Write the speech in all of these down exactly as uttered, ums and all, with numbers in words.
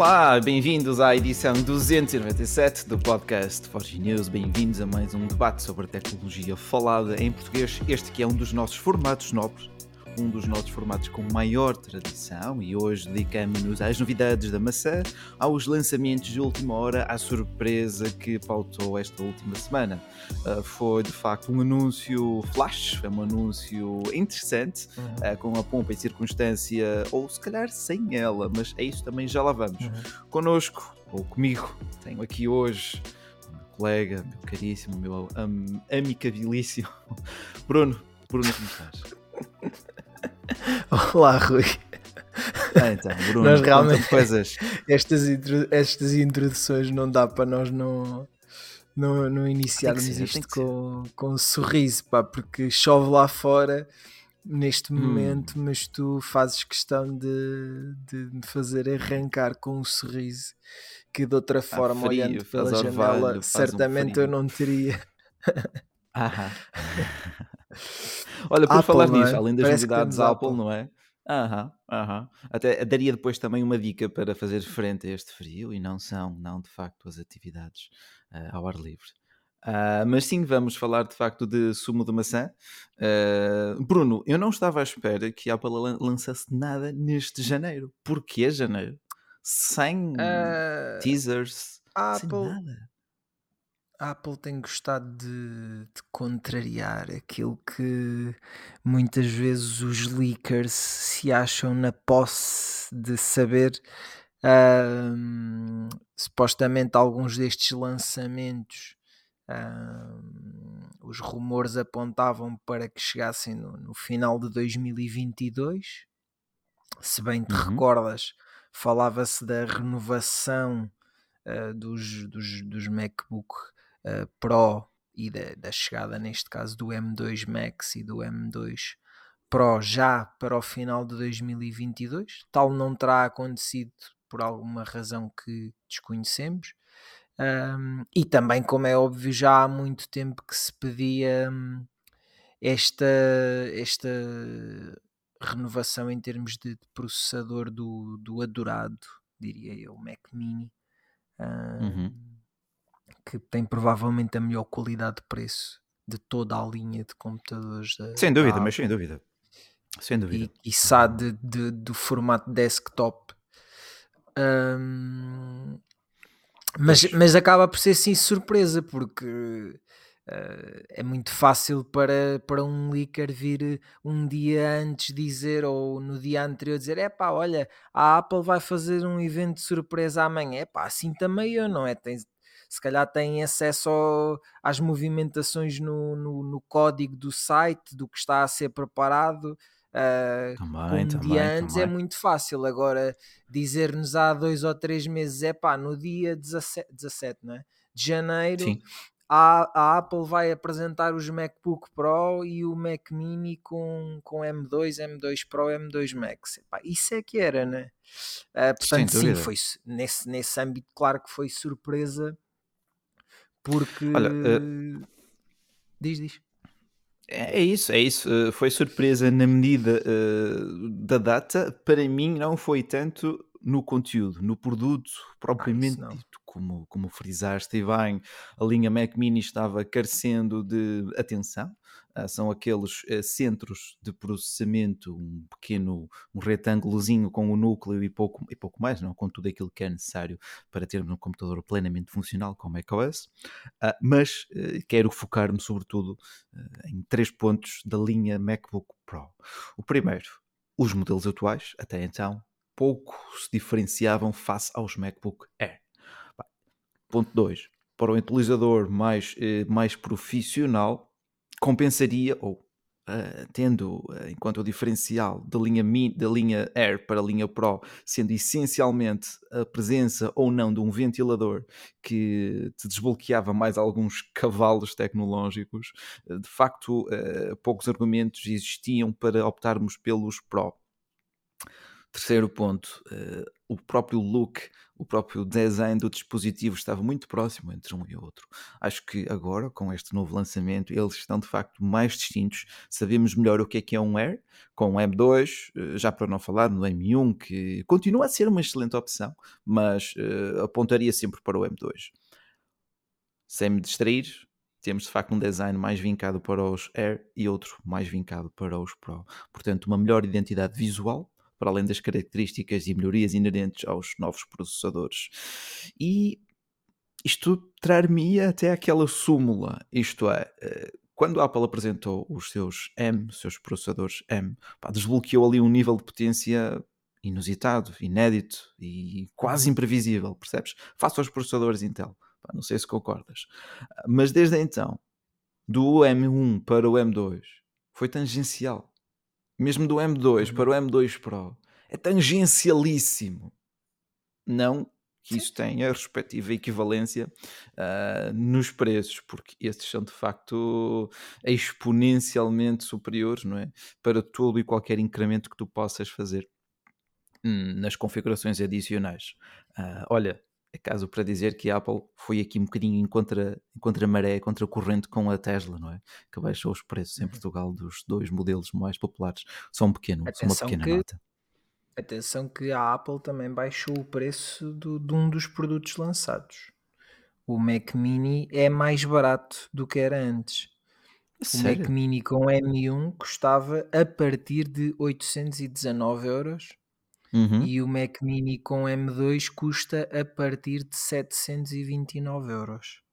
Olá, bem-vindos à edição duzentos e noventa e sete do podcast Forge News. Bem-vindos a mais um debate sobre a tecnologia falada em português. Este que é um dos nossos formatos nobres, um dos nossos formatos com maior tradição, e hoje dedicamos-nos às novidades da maçã, aos lançamentos de última hora, à surpresa que pautou esta última semana. Uh, foi de facto um anúncio flash, foi um anúncio interessante, uhum. uh, com a pompa e circunstância, ou se calhar sem ela, mas é isso também, já lá vamos. Uhum. Connosco, ou comigo, tenho aqui hoje o meu colega, meu caríssimo, meu am- amicabilíssimo Bruno. Bruno, como estás? Olá, Rui. Ah, então, Bruno, nós realmente coisas. Estas, intro, estas introduções não dá para nós não, não, não iniciarmos ser, isto com, com um sorriso, pá, porque chove lá fora neste momento, hum. mas tu fazes questão de, de me fazer arrancar com um sorriso que de outra forma, frio, olhando pela janela, orvalho, certamente um eu não teria. Aham. Olha, por Apple, falar nisso, é? além das Parece novidades Apple, Apple, não é? Aham, aham. Até daria depois também uma dica para fazer frente a este frio, e não são, não de facto, as atividades uh, ao ar livre. Uh, mas sim, vamos falar de facto de sumo de maçã. Uh, Bruno, eu não estava à espera que a Apple lan- lançasse nada neste janeiro. Porquê janeiro? Sem uh, teasers, sem Apple... nada. A Apple tem gostado de, de contrariar aquilo que muitas vezes os leakers se acham na posse de saber. Um, supostamente alguns destes lançamentos, um, os rumores apontavam para que chegassem no, no final de dois mil e vinte e dois. Se bem te uhum. recordas, falava-se da renovação uh, dos, dos, dos MacBook Uh, Pro e da, da chegada neste caso do M dois Max e do M dois Pro já para o final de dois mil e vinte e dois. Tal não terá acontecido por alguma razão que desconhecemos, um, e também, como é óbvio, já há muito tempo que se pedia um, esta, esta renovação em termos de, de processador do, do adorado, diria eu, Mac Mini. Um, uhum. Que tem provavelmente a melhor qualidade de preço de toda a linha de computadores da, sem dúvida, da mas sem dúvida sem dúvida e, e sabe de, de, do formato desktop, um, mas, mas acaba por ser sim surpresa, porque uh, é muito fácil para, para um leaker vir um dia antes dizer, ou no dia anterior dizer, é pá, olha, a Apple vai fazer um evento de surpresa amanhã. É pá, assim também eu, não é? Tens, se calhar têm acesso ao, às movimentações no, no, no código do site, do que está a ser preparado. Uh, também, com um também, dia antes também. É muito fácil. Agora, dizer-nos há dois ou três meses, é pá, no dia dezassete, dezassete não é? De janeiro, a, a Apple vai apresentar os MacBook Pro e o Mac Mini com, com M dois, M dois Pro, M dois Max. Epá, isso é que era, né? Uh, portanto, sim, foi nesse, nesse âmbito, claro que foi surpresa. Porque olha, uh, diz, diz. É isso, é isso. Uh, foi surpresa na medida uh, da data. Para mim, não foi tanto no conteúdo, no produto propriamente ah, dito. Como, como frisaste e bem, a linha Mac Mini estava carecendo de atenção. Uh, são aqueles uh, centros de processamento, um pequeno um retângulozinho com o núcleo e pouco, e pouco mais, não, com tudo aquilo que é necessário para termos um computador plenamente funcional com macOS. Uh, mas uh, quero focar-me sobretudo uh, em três pontos da linha MacBook Pro. O primeiro, os modelos atuais, até então, pouco se diferenciavam face aos MacBook Air. Ponto dois, para o utilizador mais, eh, mais profissional, compensaria, ou uh, tendo uh, enquanto o diferencial da linha, Mi, da linha Air para a linha Pro, sendo essencialmente a presença ou não de um ventilador que te desbloqueava mais alguns cavalos tecnológicos, uh, de facto, uh, poucos argumentos existiam para optarmos pelos Pro. Terceiro ponto, uh, o próprio look, o próprio design do dispositivo estava muito próximo entre um e outro. Acho que agora, com este novo lançamento, eles estão de facto mais distintos. Sabemos melhor o que é que é um Air, com o M dois, eh, já para não falar no M um, que continua a ser uma excelente opção, mas uh, apontaria sempre para o M dois. Sem me distrair, temos de facto um design mais vincado para os Air e outro mais vincado para os Pro. Portanto, uma melhor identidade visual, para além das características e melhorias inerentes aos novos processadores. E isto trar-me até aquela súmula, isto é, quando a Apple apresentou os seus M, os seus processadores M, pá, desbloqueou ali um nível de potência inusitado, inédito e quase imprevisível, percebes? Face aos processadores Intel. Pá, não sei se concordas. Mas desde então, do M um para o M dois, foi tangencial. Mesmo do M dois Uhum. para o M dois Pro, é tangencialíssimo. Não que isso tenha a respectiva equivalência uh, nos preços, porque estes são de facto exponencialmente superiores, não é? Para todo e qualquer incremento que tu possas fazer hum, nas configurações adicionais. Uh, olha, é caso para dizer que a Apple foi aqui um bocadinho em contra, em contra maré, contra corrente com a Tesla, não é? Que baixou os preços em Uhum. Portugal dos dois modelos mais populares. Só um pequeno, só uma Atenção pequena que, nota. atenção que a Apple também baixou o preço do, de um dos produtos lançados. O Mac Mini é mais barato do que era antes. O Mac Sério? Mini com M um custava a partir de oitocentos e dezanove euros Uhum. e o Mac Mini com M dois custa a partir de setecentos e vinte e nove euros.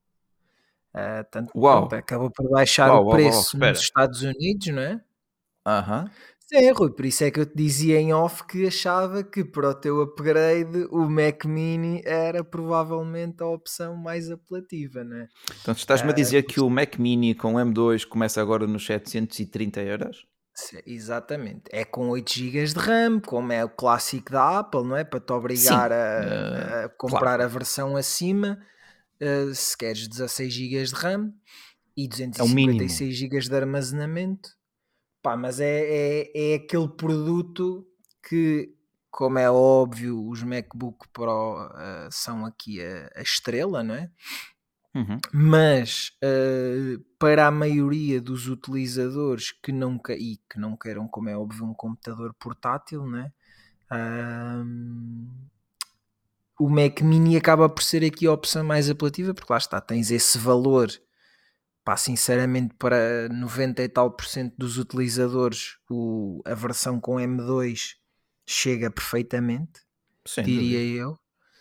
Uh, tanto, pronto, Uau! acabou por baixar o Uau, uau, uau, preço nos espera. Estados Unidos, não é? Aham. Sim, Rui, por isso é que eu te dizia em off que achava que para o teu upgrade o Mac Mini era provavelmente a opção mais apelativa, né? Então tu estás-me a Ah, dizer por- que o Mac Mini com M dois começa agora nos setecentos e trinta euros? se- exatamente. É com oito gigas de RAM, como é o clássico da Apple, não é? Para te obrigar Sim, eh, a, a comprar claro, a versão acima, ah, se queres dezasseis gigas de RAM e é o mínimo. duzentos e cinquenta e seis gigas de armazenamento. Pá, mas é, é, é aquele produto que, como é óbvio, os MacBook Pro ah, são aqui a, a estrela, não é? Uhum. Mas ah, para a maioria dos utilizadores que não, que- e que não queiram, como é óbvio, um computador portátil, não é? Ah, o Mac Mini acaba por ser aqui a opção mais apelativa, porque lá está, tens esse valor. Pá, sinceramente, para noventa e tal por cento dos utilizadores, o, a versão com M dois chega perfeitamente, Sem diria dúvida. eu.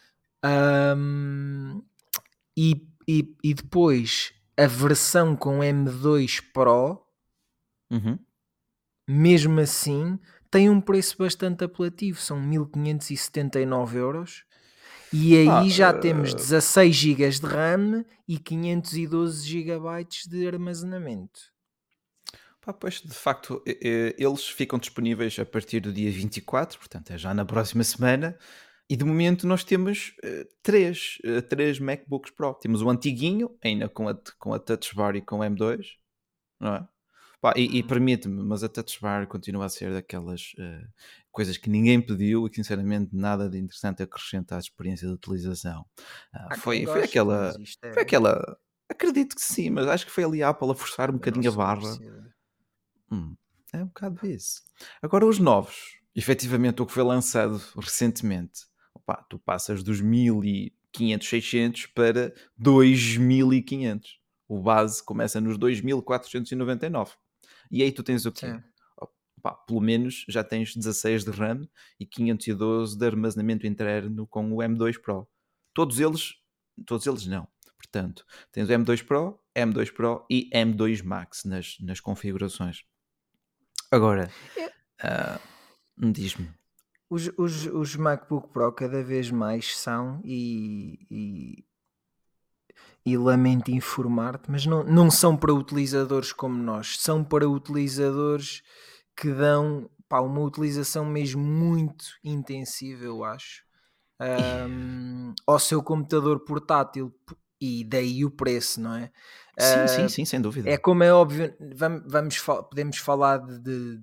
Ahm, e, e, e depois a versão com M dois Pro, Uhum. mesmo assim, tem um preço bastante apelativo, são mil quinhentos e setenta e nove euros. E Ah, aí já temos eh, dezasseis gigas de RAM e quinhentos e doze gigabytes de armazenamento. pá, pois de facto eh, eh, eles ficam disponíveis a partir do dia vinte e quatro, portanto é já na próxima semana. E de momento nós temos eh, três, eh, três MacBooks Pro. Temos o antiguinho, ainda com a, com a Touch Bar e com o M dois, não é? Pá, e, e Uhum. permite-me, mas a Touch Bar continua a ser daquelas eh, coisas que ninguém pediu e que sinceramente nada de interessante acrescenta à experiência de utilização. Ah, Há quem foi, foi goste, mas aquela, isto foi é. aquela, acredito que sim, mas acho que foi ali a Apple a forçar um Eu não bocadinho a sou barra. apreciador. Hum, é um bocado isso. Agora os novos, efetivamente o que foi lançado recentemente, opá, tu passas dos mil e quinhentos, seiscentos para dois mil e quinhentos. O base começa nos dois mil quatrocentos e noventa e nove. E aí tu tens o quê? Sim. Opá, pelo menos já tens dezasseis de RAM e quinhentos e doze de armazenamento interno com o M dois Pro. Todos eles, todos eles não. Portanto, tens o M dois Pro, M dois Pro e M dois Max nas, nas configurações. Agora, É, ah, diz-me. Os, os, os MacBook Pro cada vez mais são, e, e, e lamento informar-te, mas não, não são para utilizadores como nós, são para utilizadores que dão, pá, uma utilização mesmo muito intensiva, eu acho, ahm, ao seu computador portátil, e daí o preço, não é? Sim, sim, Ah, sim, sem é dúvida. como é óbvio, vamos, vamos, fa- podemos falar de, de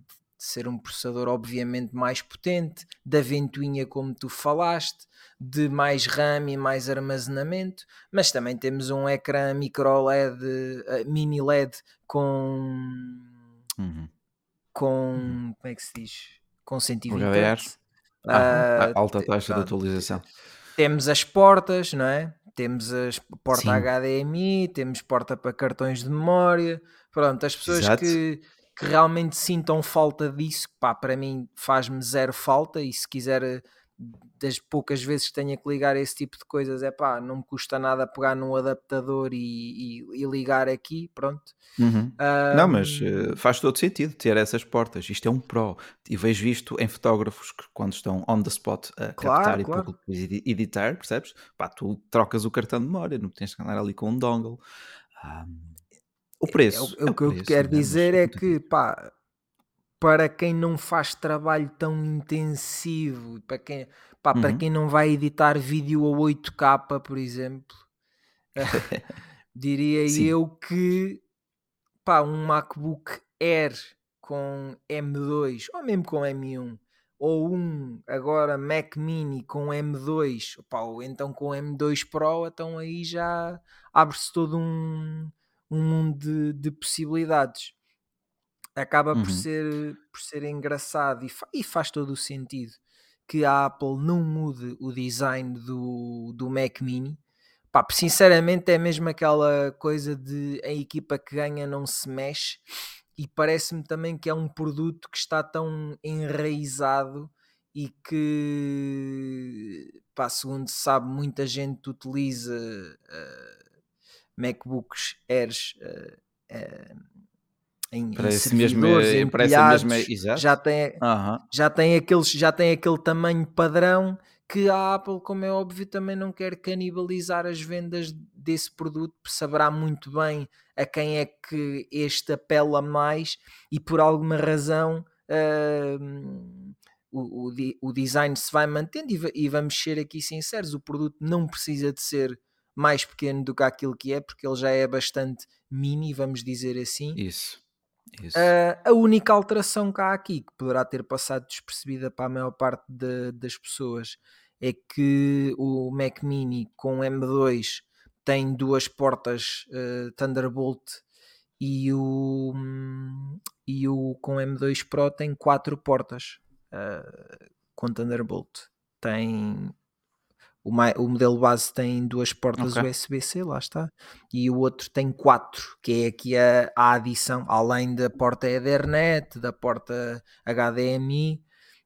ser um processador obviamente mais potente, da ventoinha como tu falaste, de mais RAM e mais armazenamento, mas também temos um ecrã micro L E D, uh, mini L E D com Uhum. Uhum. com como é que se diz? Com O cento e vinte H D R. Hz. Aham. Uh, A alta te- taxa de pronto. atualização. Temos as portas, não é? Temos a porta Sim, H D M I, temos porta para cartões de memória. Pronto, as pessoas exato. que, que realmente sintam falta disso, pá, para mim faz-me zero falta. E se quiser, eh, das poucas vezes que tenha que ligar esse tipo de coisas, é pá, não me custa nada pegar num adaptador e, e- e ligar aqui. Pronto. Uhum. Não, mas eh, Ahm, faz todo sentido ter essas portas. Isto é um Pro. E vejo isto em fotógrafos que, quando estão on the spot a claro, captar e pouco claro. depois edi- editar, percebes? Pá, tu trocas o cartão de memória, não tens que andar ali com um dongle. Ah, o É, o, preço, é é o o que eu te preço, quero não é? Mas dizer é não tem que, dúvida. pá, para quem não faz trabalho tão intensivo, para quem, pá, para Uhum. quem não vai editar vídeo a oito K, por exemplo, diria Sim, eu que, pá, um MacBook Air com M dois ou mesmo com M um ou um agora Mac Mini com M dois, pá, ou então com M dois Pro, então aí já abre-se todo um, um mundo de, de possibilidades. Acaba por uhum. ser, por ser engraçado e, fa- e faz todo o sentido que a Apple não mude o design do, do Mac Mini. Pá, porque sinceramente é mesmo aquela coisa de a equipa que ganha não se mexe, e parece-me também que é um produto que está tão enraizado e que, pá, segundo se sabe, muita gente utiliza eh, MacBooks Airs eh, eh, em, em Para esse mesmo, servidores eh, para essa mesma, empilhados, já exato. tem, Aham. já tem, aqueles, já tem aquele tamanho padrão que a Apple, como é óbvio, também não quer canibalizar as vendas desse produto, saberá muito bem a quem é que este apela mais e por alguma razão hum, o, o, di- o design se vai mantendo e, va- e vamos ser aqui sinceros, o produto não precisa de ser mais pequeno do que aquilo que é, porque ele já é bastante mini, vamos dizer assim. Isso, isso. Uh, a única alteração que há aqui, que poderá ter passado despercebida para a maior parte de- das pessoas, é que o Mac Mini com M dois tem duas portas uh, Thunderbolt e o, hum, e o com M dois Pro tem quatro portas uh, com Thunderbolt. Tem o, mai- o modelo base tem duas portas Ok. U S B-C, lá está, e o outro tem quatro, que é aqui a, a adição, além da porta Ethernet, da porta H D M I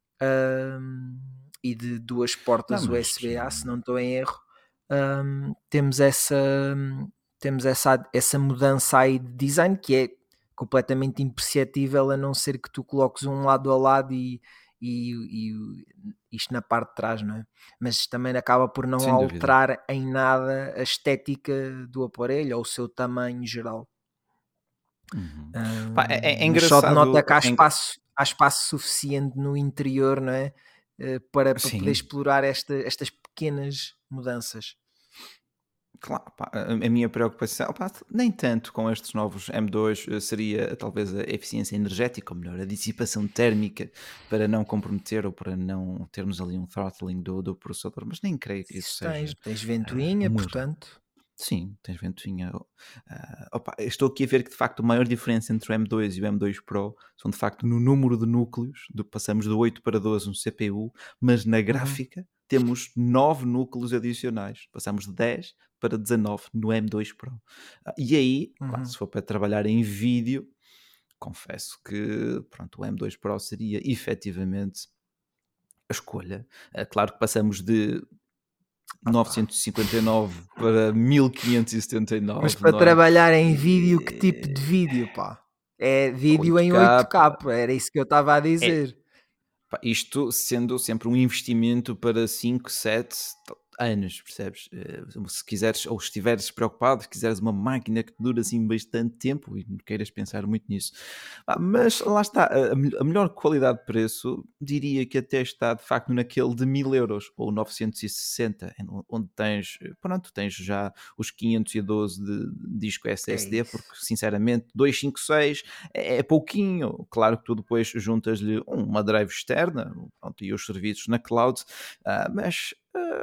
hum, e de duas Não, portas mas U S B-A, se hum, não estou em erro. Hum, temos essa, temos essa, essa mudança aí de design que é completamente imperceptível, a não ser que tu coloques um lado a lado e, e, e isto na parte de trás, não é? Mas também acaba por não sem dúvida. alterar em nada a estética do aparelho ou o seu tamanho geral. Uhum. Pá, é, é- Hum, é mas só denota engraçado. que há é engra- espaço, há espaço suficiente no interior, não é? Eh, Para, para poder Sim, explorar esta, estas pequenas mudanças. claro, pá, a, a minha preocupação, pá, nem tanto com estes novos M dois, eh, seria talvez a eficiência energética, ou melhor, a dissipação térmica, para não comprometer ou para não termos ali um throttling do, do processador, mas nem creio que isso Isso tens, seja tens ah, ventoinha, um erro. portanto. Sim, tens ventoinha. Ah, opa, estou aqui a ver que de facto a maior diferença entre o M dois e o M dois Pro são de facto no número de núcleos, do, passamos de oito para doze no C P U, mas na Uhum, gráfica temos nove núcleos adicionais, passamos de dez para dezanove no M dois Pro. Ah, e aí, pá, uhum. se for para trabalhar em vídeo, confesso que pronto, o M dois Pro seria efetivamente a escolha. Ah, claro que passamos de Ah, pá. novecentos e cinquenta e nove para mil quinhentos e setenta e Mas nove, para não é? trabalhar em vídeo, que tipo de E vídeo, pá? É vídeo em oito K, oito K, era isso que eu estava a é, dizer. pá, isto sendo sempre um investimento para cinco, sete, anos, percebes? Eh, Se quiseres, ou estiveres preocupado, se quiseres uma máquina que te dure assim bastante tempo e não queiras pensar muito nisso. Ah, Mas lá está, a, a mel- a melhor qualidade de preço diria que até está de facto naquele de mil euros ou novecentos e sessenta, em o- onde tens, eh, pronto, tens já os quinhentos e doze de disco É S S D, porque isso. sinceramente duzentos e cinquenta e seis é, é pouquinho. Claro que tu depois juntas-lhe uma drive externa, pronto, e os serviços na cloud, ah, mas ah,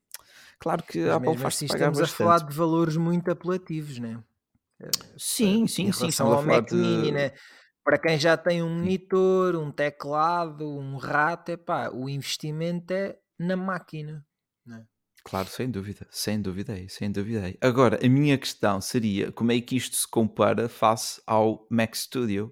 claro que a Mas Apple mesmo faz-te assim pagar estamos a falar bastante. de valores muito apelativos, né? Eh, pa- Sim, em sim, sim, relação estamos a ao falar Mac Mini, de. né? Para quem já tem um Sim, monitor, um teclado, um rato, epá, o investimento é na máquina, né? claro, sem dúvida, sem dúvida aí, sem dúvida aí. Agora, a minha questão seria como é que isto se compara face ao Mac Studio?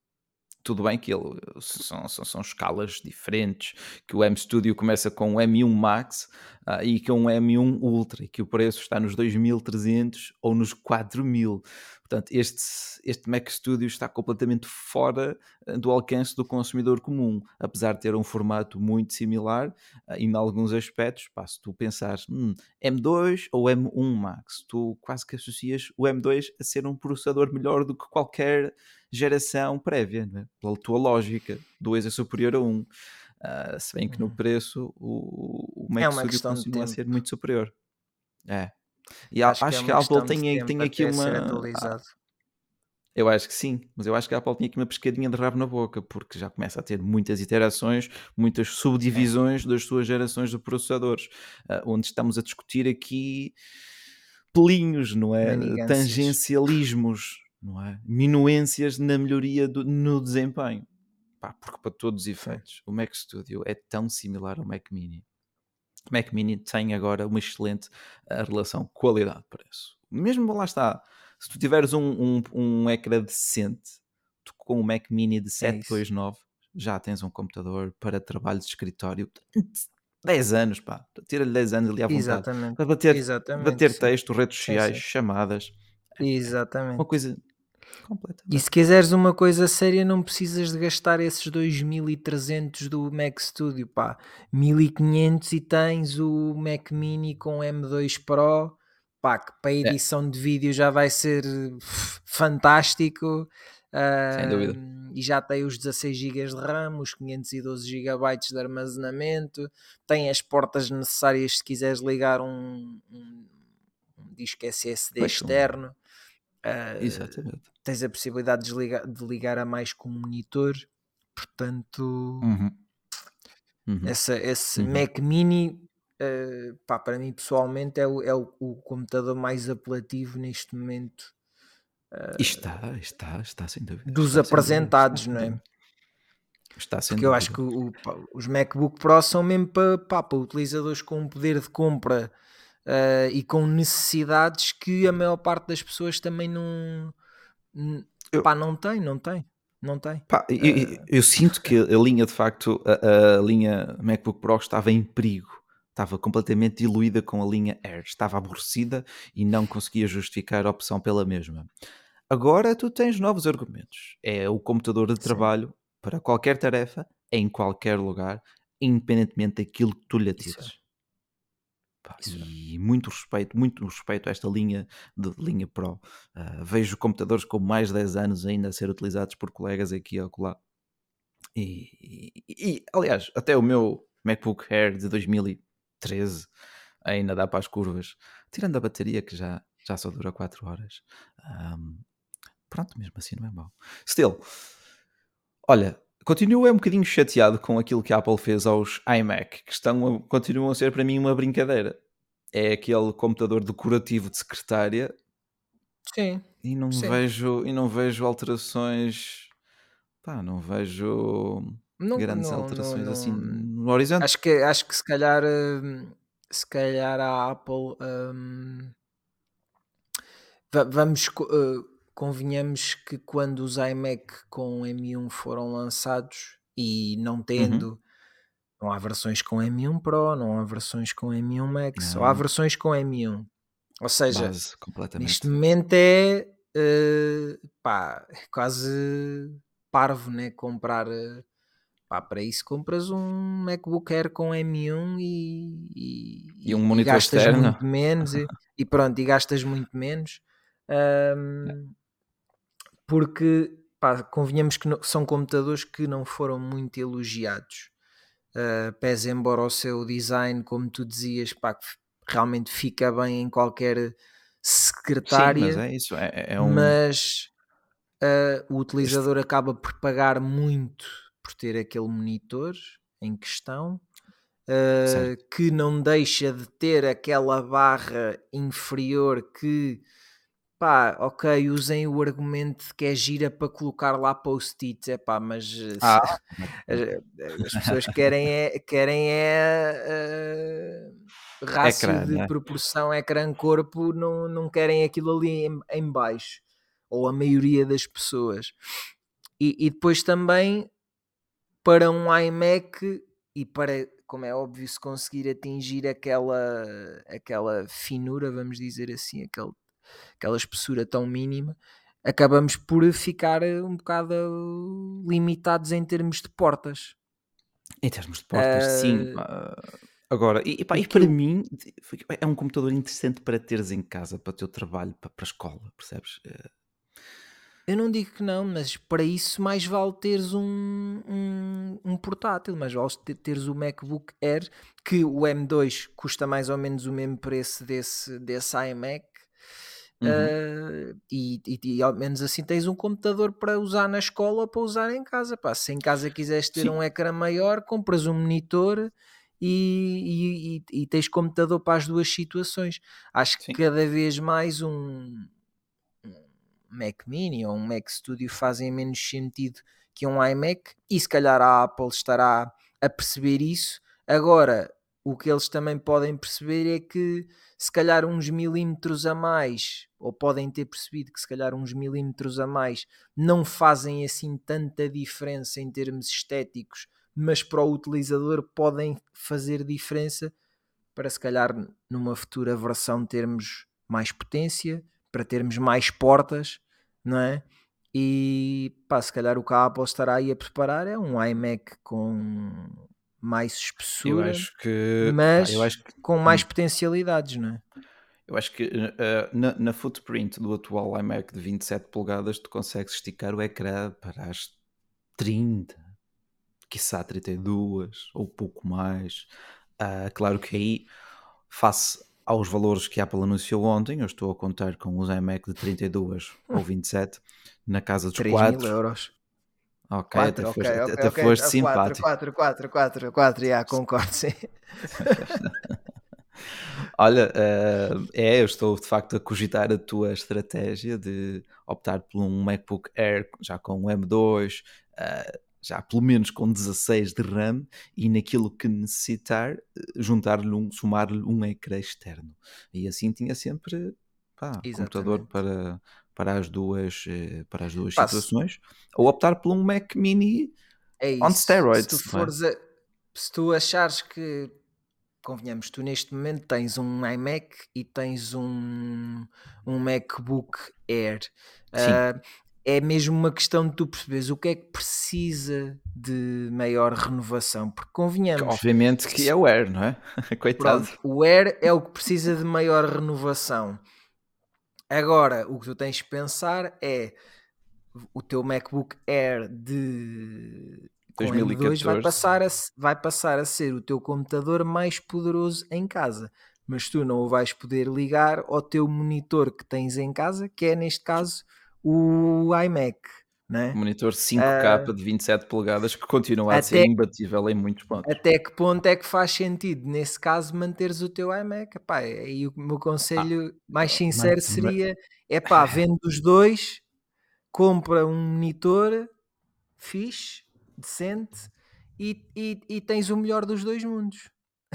Tudo bem que ele, são, são, são escalas diferentes, que o M Studio começa com o M um Max ah, e com o M um Ultra, e que o preço está nos dois mil e trezentos ou nos quatro mil. Portanto, este, este Mac Studio está completamente fora ah, do alcance do consumidor comum, apesar de ter um formato muito similar ah, e em alguns aspectos, pá, se tu pensares hum, M dois ou M um Max, tu quase que associas o M dois a ser um processador melhor do que qualquer geração prévia, não é? Pela tua lógica, dois é superior a um. Ah, se bem que no Uhum. preço o, o É Mac uma Studio questão de continua a tempo. ser muito superior. É. E a- Acho que é acho que uma a Apple questão de tem, aí- tempo tem aqui até ser uma. ah, atualizado. Eu acho que sim, mas eu acho que a Apple tinha aqui uma pescadinha de rabo na boca, porque já começa a ter muitas iterações, muitas É, subdivisões das suas gerações de processadores, ah, onde estamos a discutir aqui pelinhos, não é? manigâncias. Tangencialismos, não é? Minuências na melhoria do, no desempenho. Pá, porque para todos os Sim. efeitos, o Mac Studio é tão similar ao Mac Mini. O Mac Mini tem agora uma excelente eh, relação qualidade-preço. Mesmo lá está, se tu tiveres um, um, um ecrã decente, tu com o Mac Mini de É isso. setecentos e vinte e nove já tens um computador para trabalho de escritório. dez anos, pá. Tira-lhe dez anos ali à vontade. Exatamente. Para bater, Exatamente, bater sim. texto, redes Sim, sociais, sim. chamadas. É, é uma Exatamente. coisa E completamente. se quiseres uma coisa séria, não precisas de gastar esses dois mil e trezentos do Mac Studio, pá. mil e quinhentos e tens o Mac Mini com M dois Pro, pá, que para a É, edição de vídeo já vai ser f- fantástico. sem dúvida. ahm, e já tem os dezasseis gigas de RAM, os quinhentos e doze gigabytes de armazenamento, tem as portas necessárias se quiseres ligar um, um, um disco S S D Pois, um, externo. Ah, exatamente. tens a possibilidade de ligar, de ligar a mais que um monitor, portanto, Uhum, uhum, essa, esse uhum. Mac Mini, ah, pá, para mim pessoalmente, é, o, é o, o computador mais apelativo neste momento E está, está, está sem dúvida, dos está sem dúvida, está apresentados, sem não é? dúvida. Está sem Porque eu acho dúvida. que o- pá, os MacBook Pro são mesmo para, pá, para utilizadores com um poder de compra ah, e com necessidades que a maior parte das pessoas também não, n- Eu, pá, não tem, não tem, não tem. pá, eu, eu- Ah, eu sinto que a linha, de facto, a, a linha MacBook Pro estava em perigo. Estava completamente diluída com a linha Air. Estava aborrecida e não conseguia justificar a opção pela mesma. Agora tu tens novos argumentos. É o computador de sim, trabalho para qualquer tarefa, em qualquer lugar, independentemente daquilo que tu lhe isso é, atires. Pá, isso é. e muito respeito, muito respeito a esta linha de linha Pro. Ah, vejo computadores com mais de dez anos ainda a ser utilizados por colegas aqui e acolá. E, e, e, aliás, até o meu MacBook Air de dois mil e treze ainda dá para as curvas, tirando a bateria que já, já só dura quatro horas. Ahm, pronto, mesmo assim não é mau. Still, olha, continuo é um bocadinho chateado com aquilo que a Apple fez aos iMac, que estão a- continuam a ser para mim uma brincadeira. É aquele computador decorativo de secretária Sim, e não sim. vejo, e não vejo alterações, pá, não vejo Não, grandes não, não, alterações assim não. no horizonte. Acho que, acho que se calhar, hum, se calhar a Apple, hum, va- vamos, co- eh, convenhamos que quando os iMac com M um foram lançados e não Uhum. tendo, não há versões com M um Pro, não há versões com M um Max, só há Não, versões com M um. Ou seja, base neste completamente. momento é, eh, pá, é quase parvo, né? Comprar. eh, Pá, para isso compras um MacBook Air com M um e, E e, um e- e monitor gastas externo. muito menos e, e pronto, e gastas muito menos. Ahm, porque, pá, convenhamos que não- são computadores que não foram muito elogiados. Uh, pese embora o seu design, como tu dizias, pá, que f- realmente fica bem em qualquer Sim, mas secretária, é isso. É, é é um. mas uh, o Este, utilizador acaba por pagar muito por ter aquele monitor em questão, uh, certo. que não deixa de ter aquela barra inferior que, pá, ok, usem o argumento de que é gira para colocar lá post-its, é pá, mas uh, Ah, se- as, as pessoas querem é, querem é uh, rácio ecrã, de né? proporção ecrã-corpo, não, não querem aquilo ali em, em baixo, ou a maioria das pessoas. E, e depois também para um iMac e para, como é óbvio, se conseguir atingir aquela, aquela finura, vamos dizer assim, aquele, aquela espessura tão mínima, acabamos por ficar um bocado limitados em termos de portas. Em termos de portas, sim. Uh, ah, Agora, e, e pá, o e que para eu, mim, foi- é um computador interessante para teres em casa, para o teu trabalho, para, para a escola, percebes? Eh, eu não digo que não, mas para isso mais vale teres um, um, um portátil, mais vale te- teres o MacBook Air, que o M dois custa mais ou menos o mesmo preço desse, desse iMac. Uhum. Uh, e, e, e ao menos assim tens um computador para usar na escola ou para usar em casa. Pá. Se em casa quiseres ter Sim, um ecrã maior, compras um monitor e, e, e tens computador para as duas situações. Acho que sim. cada vez mais um, um Mac Mini ou um Mac Studio fazem menos sentido que um iMac, e se calhar a Apple estará a perceber isso. Agora, o que eles também podem perceber é que se calhar uns milímetros a mais, ou podem ter percebido que se calhar uns milímetros a mais não fazem assim tanta diferença em termos estéticos, mas para o utilizador podem fazer diferença para se calhar numa futura versão termos mais potência, para termos mais portas, não é? E pá, se calhar o que a Apple estará aí a preparar é um iMac com mais Eu espessura, acho que, pá, eu mas acho que, com mais hum, potencialidades, não é? eu acho que eh, eh, na, na footprint do atual iMac de vinte e sete polegadas, tu consegues esticar o ecrã para as trinta, quiçá trinta e duas ou pouco mais. Ah, claro que aí, face aos valores que a Apple anunciou ontem, eu estou a contar com os iMac de trinta e duas ou vinte e sete na casa dos três mil quatro. euros. Ok, até quatro, ok, foste, até, ok, até ok. foste quatro, simpático. quatro, quatro, quatro, quatro, yeah, concordo, sim. Olha, eh, é, eu estou de facto a cogitar a tua estratégia de optar por um MacBook Air já com um M dois, eh, já pelo menos com dezasseis de RAM e naquilo que necessitar, eh, juntar-lhe um, somar-lhe um ecrã externo. E assim tinha sempre, pá, computador Exatamente. para, para, as duas, eh, para as duas Pá, se- situações, ou optar por um Mac Mini é on isso. Se tu steroids, não é? fores a, se tu achares que, convenhamos, tu neste momento tens um iMac e tens um, um MacBook Air. Sim, Ah, é mesmo uma questão de tu perceberes o que é que precisa de maior renovação, porque que convenhamos, obviamente que se- é o Air, não é? Coitado. pronto, o Air é o que precisa de maior renovação. Agora, o que tu tens que pensar é o teu MacBook Air de com M dois vai dois mil e catorze. passar, a, vai passar a ser o teu computador mais poderoso em casa, mas tu não o vais poder ligar ao teu monitor que tens em casa, que é neste caso o iMac, né? Monitor cinco K Ah, de vinte e sete polegadas que continua a ser até, imbatível em muitos pontos. até que ponto é que faz sentido, nesse caso, manteres o teu iMac? Epá, aí o meu Ah, conselho mais mas, sincero mas- seria: é pá, vende os dois, compra um monitor fixe, decente, e, e, e tens o melhor dos dois mundos.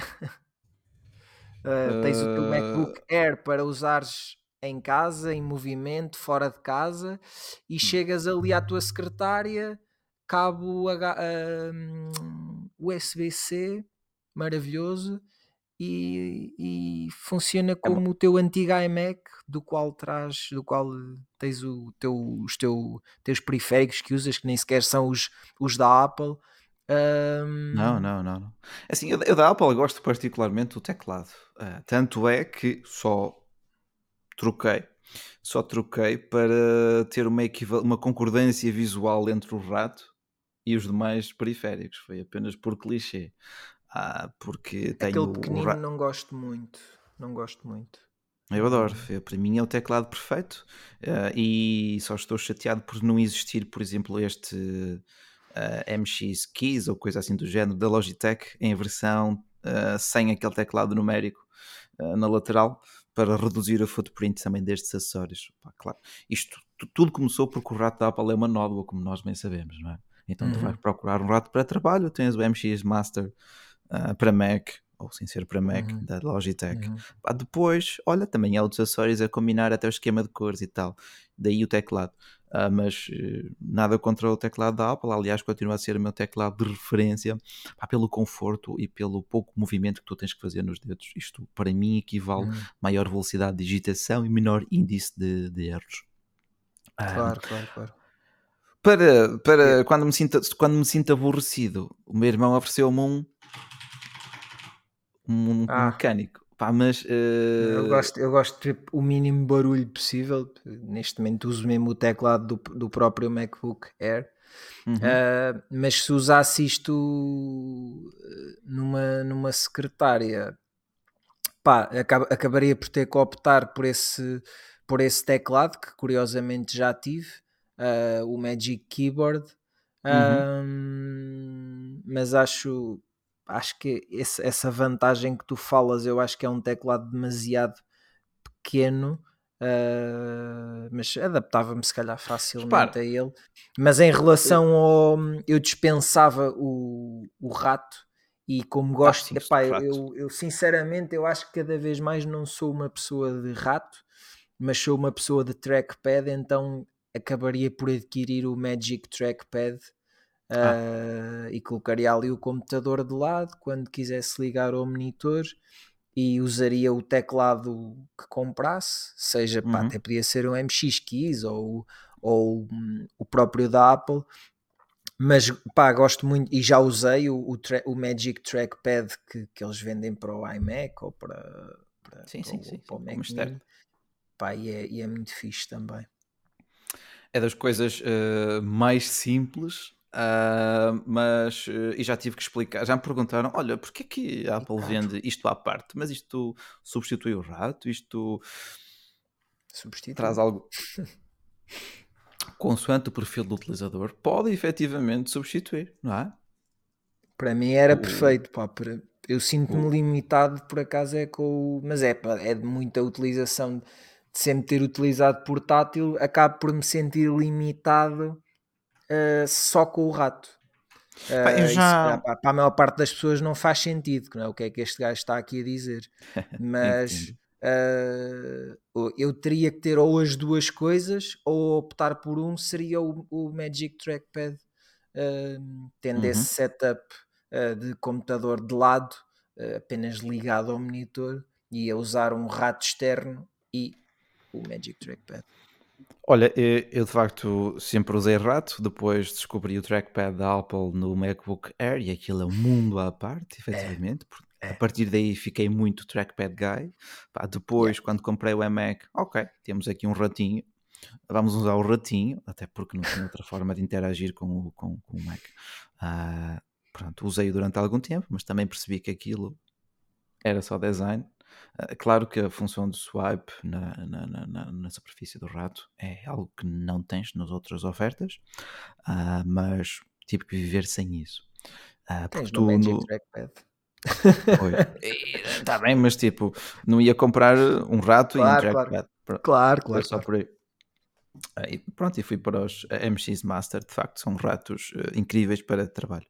Uh, tens o teu uh, MacBook Air para usares em casa, em movimento, fora de casa, e chegas ali à tua secretária, cabo H, um, U S B-C, maravilhoso, e, e funciona é uma- como o teu antigo iMac, do qual traz, do qual tens o teu, os teu, teus periféricos que usas, que nem sequer são os, os da Apple, Não, Ahm, não, não, não. Assim, eu, eu da Apple gosto particularmente do teclado. Ah, tanto é que só troquei, só troquei para ter uma, equiva- uma concordância visual entre o rato e os demais periféricos. Foi apenas por clichê. Ah, porque aquele tenho o pequenino rato. não gosto muito. Não gosto muito. Eu adoro, Ahm, eu- para mim é o teclado perfeito, ah, e só estou chateado por não existir, por exemplo, este ah, M X Keys ou coisa assim do género da Logitech em versão ah, sem aquele teclado numérico ah, na lateral para reduzir o footprint também destes acessórios. Pá, claro, isto tu- tudo começou porque o rato da Apple é uma nódoa, como nós bem sabemos, não é? Então tu vais uhum, procurar um rato para trabalho, tens o M X Master ah, para Mac, ou sem ser para Mac, uhum, da Logitech. uhum. Pá, depois, olha, também há outros acessórios a combinar até o esquema de cores e tal. Daí o teclado. Ah, mas eh, nada contra o teclado da Apple, aliás, continua a ser o meu teclado de referência, pá, pelo conforto e pelo pouco movimento que tu tens que fazer nos dedos. Isto, para mim, equivale a Uhum. maior velocidade de digitação e menor índice de, de erros. Ah, Claro, claro, claro. para, Yeah. para quando me sinto, quando me sinto aborrecido, o meu irmão ofereceu-me um, um, um Ah, mecânico. Pá, mas não, eu eh, gosto, eu gosto de ter o mínimo barulho possível. Neste momento uso mesmo o teclado do, do próprio MacBook Air. uhum, Ah, mas se usasse isto eh, numa, numa secretária, pá, acaba- acabaria por ter que optar por esse, por esse teclado que curiosamente já tive, ah, o Magic Keyboard. uhum. Ahm, mas acho, acho que esse- essa vantagem que tu falas, eu acho que é um teclado demasiado pequeno, ah, mas adaptava-me se calhar facilmente Repara, a ele. Mas em eh, relação ao. Eu dispensava o, o rato, e como ah, gosto, sim, isto epá, de eu, rato. eu, eu sinceramente eu acho que cada vez mais não sou uma pessoa de rato, mas sou uma pessoa de trackpad, então acabaria por adquirir o Magic Trackpad. Ah, ah, e colocaria ali o computador de lado quando quisesse ligar ao monitor, e usaria o teclado que comprasse, seja, pá, uhum. até podia ser um M X Keys ou, ou hum, o próprio da Apple, mas pá, gosto muito e já usei o, o, tra- o Magic Trackpad que, que eles vendem para o iMac ou para, para, Sim, para, sim, o, sim, para sim, o Mac como externo. Mini, pá, e é, e é muito fixe também. É das coisas eh, mais simples, ah, mas eh, e já tive que explicar. Já me perguntaram: olha, porque é que a Apple Exato. vende isto à parte? Mas isto substitui o rato? Isto traz Substitui. algo consoante o perfil do utilizador? Pode efetivamente substituir, não é? Para mim era O, perfeito, pá, para- eu sinto-me o, limitado por acaso é com o, mas é, pá, é de muita utilização, de sempre ter utilizado portátil, acabo por me sentir limitado, ah, só com o rato. pá, eu Ah, isso se calhar já para, para a maior parte das pessoas não faz sentido, que não é o que é que este gajo está aqui a dizer, mas entendo. ah, eu teria que ter ou as duas coisas, ou optar por um seria o, o Magic Trackpad, ah, tendo esse Uhum. setup ah, de computador de lado, ah, apenas ligado ao monitor, e a usar um rato externo e o Magic Trackpad. Olha, eu, eu de facto sempre usei rato, depois descobri o trackpad da Apple no MacBook Air e aquilo é um mundo à parte, É, efetivamente. por- A é, partir daí fiquei muito trackpad guy. Pá, yeah. depois, quando comprei o iMac, ok, temos aqui um ratinho, vamos usar o ratinho, até porque não tinha outra forma de interagir com o, com, com o Mac. Ah, pronto, usei-o durante algum tempo, mas também percebi que aquilo era só design. Ah, claro que a função do swipe na, na, na, na- na superfície do rato é algo que não tens nas outras ofertas, ah, mas tive que viver sem isso. Ah, porque Tens no tu Magic no. Trackpad. Pois, está bem, mas tipo, não ia comprar um rato e um Claro, claro. trackpad. Pronto, Claro, foi claro, só claro. por aí. Ah, e pronto, e fui para os eh, M X Master, de facto, são ratos eh, incríveis para trabalho.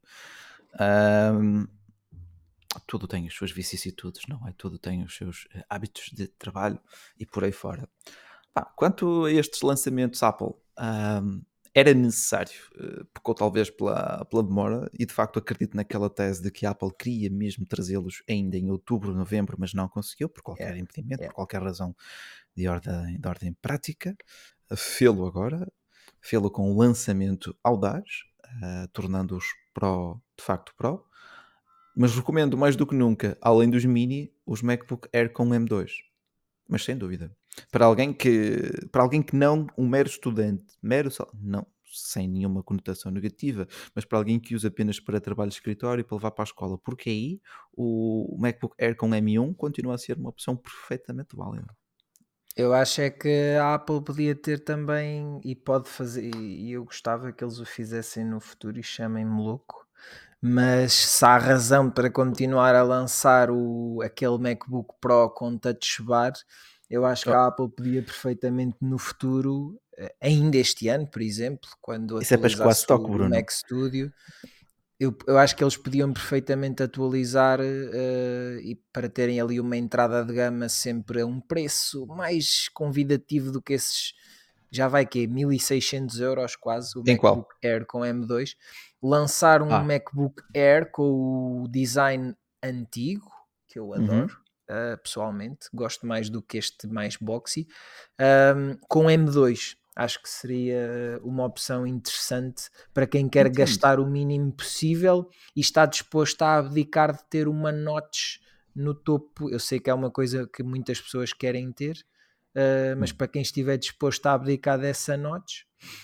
Ahm, tudo tem as suas vicissitudes, não é? Tudo tem os seus eh, hábitos de trabalho e por aí fora. Pá, quanto a estes lançamentos Apple, ahm, era necessário, eh, porque talvez pela, pela demora, e de facto acredito naquela tese de que a Apple queria mesmo trazê-los ainda em outubro, novembro, mas não conseguiu, por Yeah, qualquer impedimento, yeah. por qualquer razão de ordem, de ordem prática. Fê-lo agora, fê-lo com um lançamento audaz, ah, tornando-os Pro, de facto Pro, mas recomendo mais do que nunca, além dos Mini, os MacBook Air com M dois. Mas sem dúvida. Para alguém que, para alguém que não, um mero estudante, mero só, não, sem nenhuma conotação negativa, mas para alguém que usa apenas para trabalho de escritório e para levar para a escola, porque aí o MacBook Air com M um continua a ser uma opção perfeitamente válida. Eu acho é que a Apple podia ter também, e pode fazer, e eu gostava que eles o fizessem no futuro e chamem-me louco, mas se há razão para continuar a lançar o, aquele MacBook Pro com touch bar, eu acho que Oh, a Apple podia perfeitamente no futuro, eh, ainda este ano, por exemplo, quando isso é para escoar atualizasse stock, o, o Bruno. Mac Studio, eu, eu acho que eles podiam perfeitamente atualizar eh, e para terem ali uma entrada de gama sempre a um preço mais convidativo do que esses, já vai que mil e seiscentos euros quase, o Em MacBook qual? Air com M dois, lançar um Ah, MacBook Air com o design antigo, que eu adoro. uhum. Uh, pessoalmente, gosto mais do que este mais boxy, um, com M dois. Acho que seria uma opção interessante para quem quer Entendo. gastar o mínimo possível e está disposto a abdicar de ter uma notch no topo. Eu sei que é uma coisa que muitas pessoas querem ter, uh, mas Hum. para quem estiver disposto a abdicar dessa notch,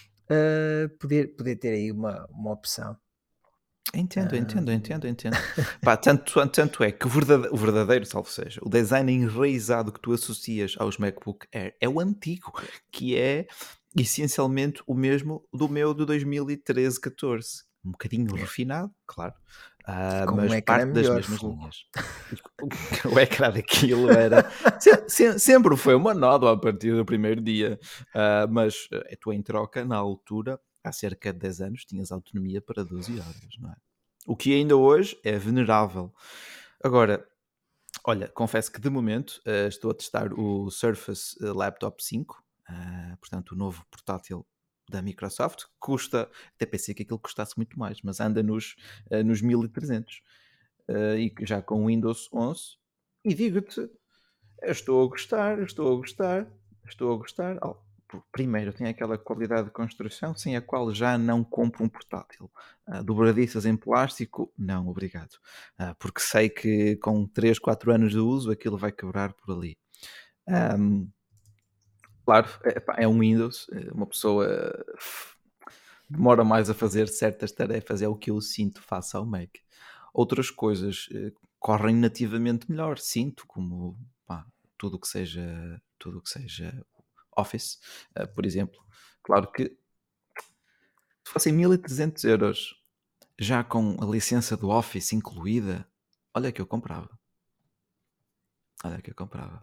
uh, poder, poder ter aí uma, uma opção. Entendo, entendo, entendo, Um, entendo. Pá, tanto, tanto é que o verdadeiro, o verdadeiro, salvo seja, o design enraizado que tu associas aos MacBook Air é o antigo, que é essencialmente o mesmo do meu de dois mil e treze, catorze. Um bocadinho yeah. refinado, claro, E ah, com um mas ecrã parte das melhor, mesmas fogo. linhas. E o, o ecrã daquilo era. se- se- sempre foi uma nódoa a partir do primeiro dia, ah, mas eh, tu em troca, na altura, há cerca de dez anos, tinhas autonomia para doze horas, não é? O que ainda hoje é venerável. Agora, olha, confesso que de momento eh, estou a testar o Surface eh, Laptop cinco, ah, portanto o novo portátil da Microsoft. Custa, até pensei que aquilo custasse muito mais, mas anda nos, eh, nos mil e trezentos, eh, e já com Windows onze. E digo-te, eu estou a gostar, eu estou a gostar, estou a gostar. Oh, por- primeiro, tem aquela qualidade de construção sem a qual já não compro um portátil. Ah, dobradiças em plástico, não, obrigado. Ah, porque sei que com três, quatro anos de uso aquilo vai quebrar por ali. Ahm, claro, é, pá, é um Windows, eh, uma pessoa eh, demora mais a fazer certas tarefas, é o que eu sinto face ao Mac. Outras coisas eh, correm nativamente melhor, sinto, como pá, tudo o que seja, tudo o que seja Office, eh, por exemplo. Claro que se fossem mil e trezentos euros já com a licença do Office incluída, olha que eu comprava. Olha que eu comprava.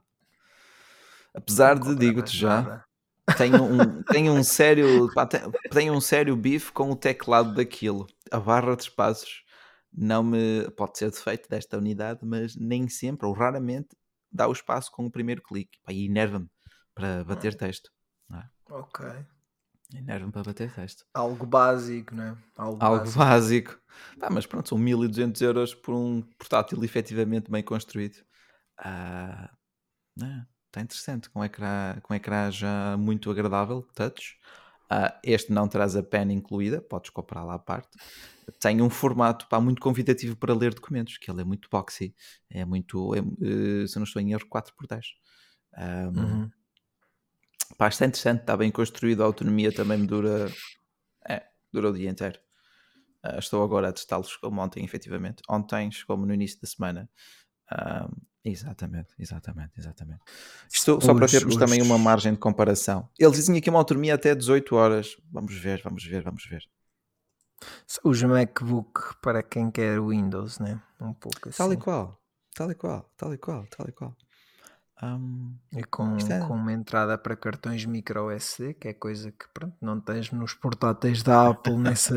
Não Apesar de, compravas digo-te já, nada. tenho um, tenho um sério, pá, te- tenho um sério bife com o teclado daquilo. A barra de espaços não me pode ser defeito desta unidade, mas nem sempre ou raramente dá o espaço com o primeiro clique. Pá, e enerva-me para bater Hum, texto. Não é? ok. Enerva-me para bater texto. Algo básico, não é? Algo Algo básico. básico. Pá, mas pronto, são mil e duzentos euros por um portátil efetivamente bem construído. Ah, está interessante, com um ecrã, com um ecrã já muito agradável, touch. Ah, este não traz a pen incluída, podes comprar lá à parte. Tem um formato pá, muito convidativo para ler documentos, que ele é muito boxy, é muito, é, eh, se eu não estou em erro, quatro por dez. Um, Uhum. pá, está interessante, está bem construído, a autonomia também me dura, é, dura o dia inteiro. Ah, estou agora a testá-los como ontem, efetivamente. Ontem, como no início da semana. Ah, exatamente, exatamente, exatamente. Isto só para Os, termos os, também uma margem de comparação. Eles dizem aqui uma autonomia até dezoito horas. Vamos ver, vamos ver, vamos ver. os MacBook para quem quer Windows, né? Um pouco Tal e assim. qual, tal e qual, tal e qual, tal e qual. Ahm, E isto com, é. com uma entrada para cartões micro S D, que é coisa que pronto, não tens nos portáteis da Apple nessa,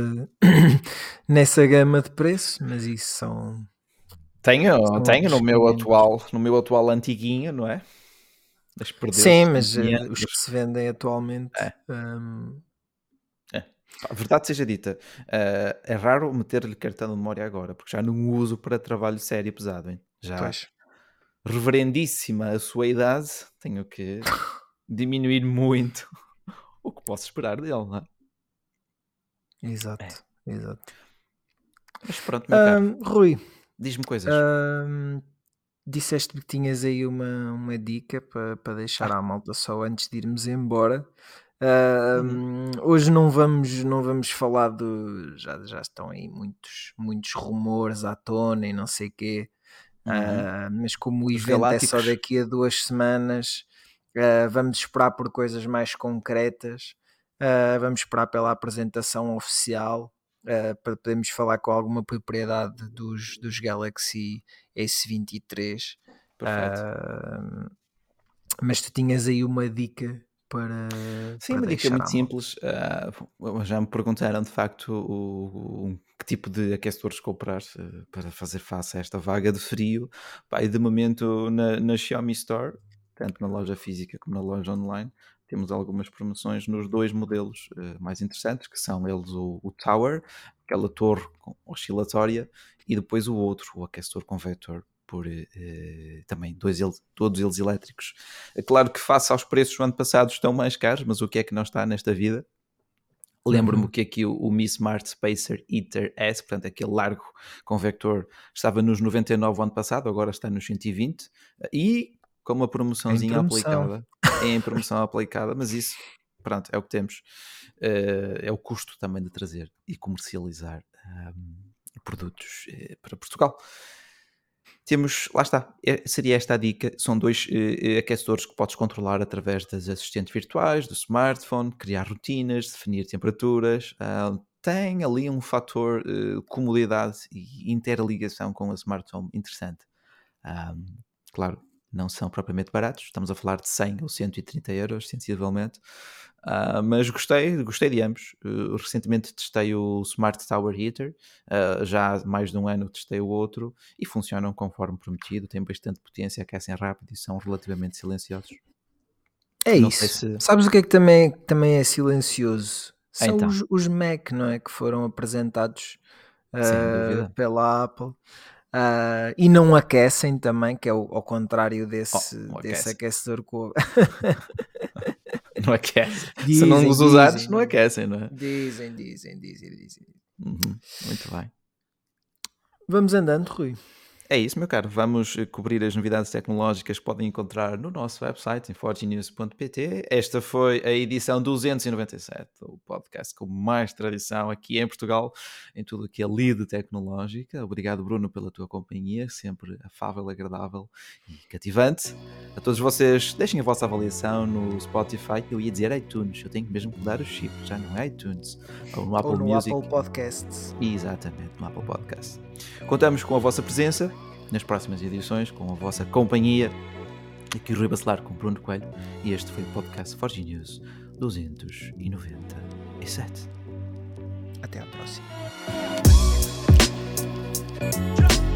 nessa gama de preços, mas isso são, Tenho, são tenho no outros meu quinhentos. atual, no meu atual antiguinho, não é? Mas Sim, perdeu-se com mas eh, os que quinhentos. se vendem atualmente, É, hum, é. Pá, verdade seja dita, eh, é raro meter-lhe cartão de memória agora, porque já não o uso para trabalho sério e pesado, hein? Já pois, reverendíssima a sua idade, tenho que diminuir muito o que posso esperar dele, não é? É. exato, exato. Mas pronto, meu caro, Ahm, Rui, diz-me coisas. ahm, disseste que tinhas aí uma, uma dica para para deixar Ah, à malta só antes de irmos embora. uhum, Ahm, hoje não vamos, não vamos falar do. Já, já estão aí muitos, muitos rumores à tona e não sei o quê. uhum. Ah, mas como o Os evento é só galácticos, daqui a duas semanas, ah, vamos esperar por coisas mais concretas. Ah, vamos esperar pela apresentação oficial, ah, para podermos falar com alguma propriedade dos, dos Galaxy S vinte e três. perfeito. Ah, mas tu tinhas aí uma dica para, Sim, para uma dica deixar muito à malta. simples. ah, já me perguntaram de facto o, o- que tipo de aquecedores comprar eh, para fazer face a esta vaga de frio. Pá, e de momento na, na Xiaomi Store, tanto na loja física como na loja online, temos algumas promoções nos dois modelos eh, mais interessantes, que são eles o, o Tower, aquela torre com- oscilatória, e depois o outro, o aquecedor convector, por eh, eh, também dois, ele- todos eles elétricos. É claro que face aos preços do ano passado estão mais caros, mas o que é que não está nesta vida? Lembro-me Uhum. que aqui o, o Mi Smart Spacer Heater S, portanto aquele largo convector, estava nos noventa e nove o ano passado, agora está nos cento e vinte e com uma Em promoçãozinha promoção. aplicada, em promoção aplicada, mas isso, pronto, é o que temos. Eh, é o custo também de trazer e comercializar ahm, produtos eh, para Portugal. Temos, lá está, é- seria esta a dica. São dois eh, eh, aquecedores que podes controlar através das assistentes virtuais, do smartphone, criar rotinas, definir temperaturas. Ah, tem ali um fator eh, comodidade e interligação com a smart home interessante. Ah, claro, não são propriamente baratos, estamos a falar de cem ou cento e trinta euros, sensivelmente. Ah, mas gostei, gostei de ambos. Uh, recentemente testei o Smart Tower Heater, ah, já há mais de um ano testei o outro e funcionam conforme prometido, têm bastante potência, aquecem rápido e são relativamente silenciosos. É Não sei isso. se. Sabes o que é que também, também é silencioso? São Então, os, os Mac, não é? Que foram apresentados sem ah, dúvida. pela Apple. Ah, e não aquecem também, que é o, ao contrário Oh, desse, não desse aquecem. aquecedor com Não aquecem. Se não dizem, os usares, dizem, não dizem, aquecem, não é? dizem, dizem, dizem, dizem. Uhum, muito bem. Vamos andando, Rui. É isso, meu caro. Vamos eh, cobrir as novidades tecnológicas que podem encontrar no nosso website, em forgenews ponto pt. Esta foi a edição duzentos e noventa e sete, o podcast com mais tradição aqui em Portugal, em tudo o que é lead tecnológica. Obrigado, Bruno, pela tua companhia, sempre afável, agradável e cativante. A todos vocês, deixem a vossa avaliação no Spotify. Eu ia dizer iTunes, eu tenho mesmo que mudar o chip, já não é iTunes. Ou no Ou Apple no Music. Apple Podcasts. Exatamente, no Apple Podcast. Contamos com a vossa presença nas próximas edições, com a vossa companhia. Aqui o Rui Bacelar com o Bruno Coelho e este foi o podcast Forge News duzentos e noventa e sete. Até à próxima.